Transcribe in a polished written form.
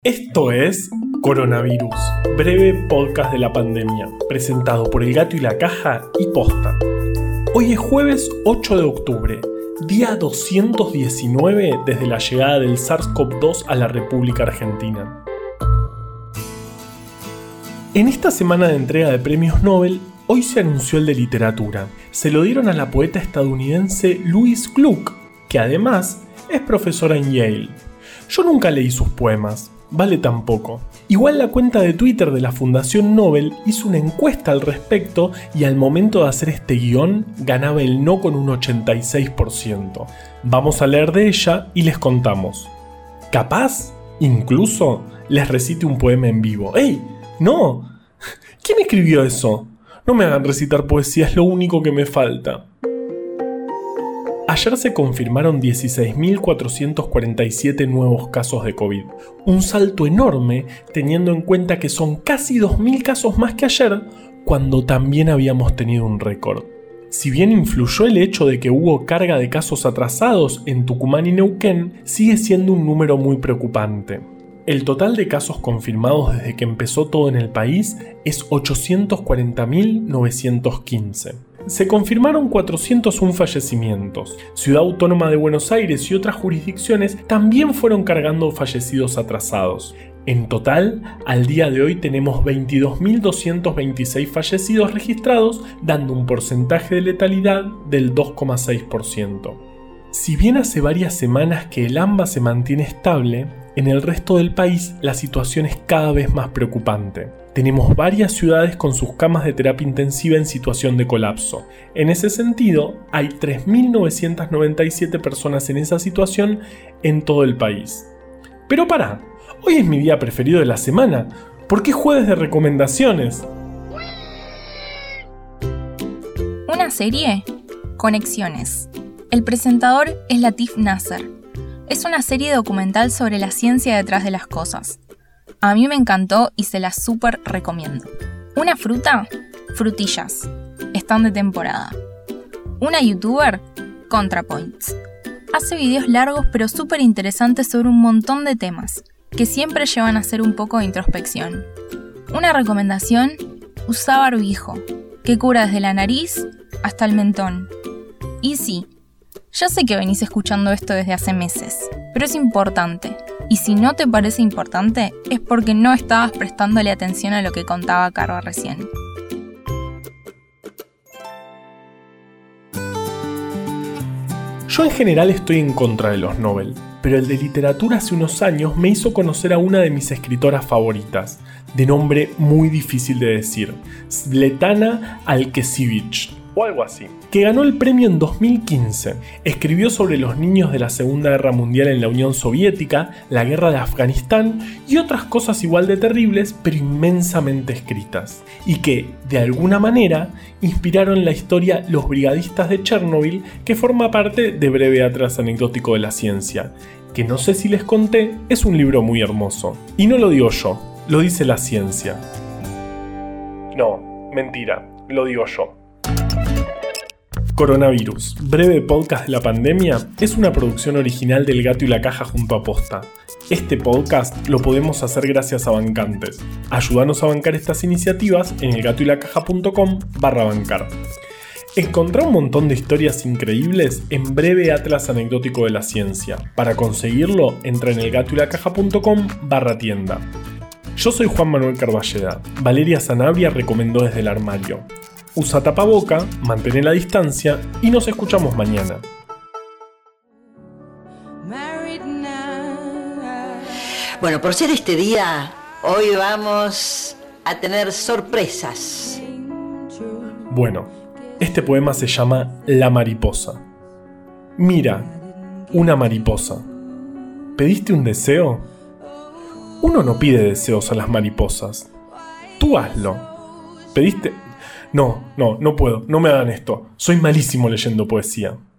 Esto es Coronavirus, breve podcast de la pandemia, presentado por El Gato y la Caja y Posta. Hoy es jueves 8 de octubre, día 219 desde la llegada del SARS-CoV-2 a la República Argentina. En esta semana de entrega de premios Nobel, hoy se anunció el de literatura. Se lo dieron a la poeta estadounidense Louise Gluck, que además es profesora en Yale. Yo nunca leí sus poemas. Vale tampoco. Igual la cuenta de Twitter de la Fundación Nobel hizo una encuesta al respecto y al momento de hacer este guión ganaba el no con un 86%. Vamos a leer de ella y les contamos. Capaz, incluso, les recite un poema en vivo. ¡Ey! ¡No! ¿Quién escribió eso? No me hagan recitar poesía, es lo único que me falta. Ayer se confirmaron 16.447 nuevos casos de COVID, un salto enorme teniendo en cuenta que son casi 2.000 casos más que ayer, cuando también habíamos tenido un récord. Si bien influyó el hecho de que hubo carga de casos atrasados en Tucumán y Neuquén, sigue siendo un número muy preocupante. El total de casos confirmados desde que empezó todo en el país es 840.915. Se confirmaron 401 fallecimientos. Ciudad Autónoma de Buenos Aires y otras jurisdicciones también fueron cargando fallecidos atrasados. En total, al día de hoy tenemos 22.226 fallecidos registrados, dando un porcentaje de letalidad del 2,6%. Si bien hace varias semanas que el AMBA se mantiene estable, en el resto del país la situación es cada vez más preocupante. Tenemos varias ciudades con sus camas de terapia intensiva en situación de colapso. En ese sentido, hay 3.997 personas en esa situación en todo el país. Pero pará, hoy es mi día preferido de la semana. ¿Por qué jueves de recomendaciones? ¿Una serie? Conexiones. El presentador es Latif Nasser. Es una serie documental sobre la ciencia detrás de las cosas. A mí me encantó y se la súper recomiendo. ¿Una fruta? Frutillas. Están de temporada. ¿Una youtuber? ContraPoints. Hace videos largos pero súper interesantes sobre un montón de temas, que siempre llevan a hacer un poco de introspección. Una recomendación: usa barbijo, que cura desde la nariz hasta el mentón. Y sí, ya sé que venís escuchando esto desde hace meses, pero es importante. Y si no te parece importante, es porque no estabas prestándole atención a lo que contaba Caro recién. Yo en general estoy en contra de los Nobel, pero el de literatura hace unos años me hizo conocer a una de mis escritoras favoritas, de nombre muy difícil de decir, Svetlana Alekseyevich, o algo así, que ganó el premio en 2015. Escribió sobre los niños de la Segunda Guerra Mundial en la Unión Soviética, la guerra de Afganistán y otras cosas igual de terribles, pero inmensamente escritas, y que, de alguna manera, inspiraron la historia Los Brigadistas de Chernobyl, que forma parte de Breve Atlas Anecdótico de la Ciencia, que no sé si les conté, es un libro muy hermoso. Y no lo digo yo, lo dice la ciencia. No, mentira, lo digo yo. Coronavirus, breve podcast de la pandemia, es una producción original del Gato y la Caja junto a Posta. Este podcast lo podemos hacer gracias a bancantes. Ayúdanos a bancar estas iniciativas en elgatoylacaja.com/bancar. Encontrá un montón de historias increíbles en Breve Atlas Anecdótico de la Ciencia. Para conseguirlo, entra en elgatoylacaja.com/tienda. Yo soy Juan Manuel Carballeda. Valeria Sanabria recomendó Desde el Armario. Usa tapaboca, mantén la distancia y nos escuchamos mañana. Bueno, por ser este día, hoy vamos a tener sorpresas. Bueno, este poema se llama La mariposa. Mira, una mariposa. ¿Pediste un deseo? Uno no pide deseos a las mariposas. Tú hazlo. ¿Pediste? No puedo, no me hagan esto. Soy malísimo leyendo poesía.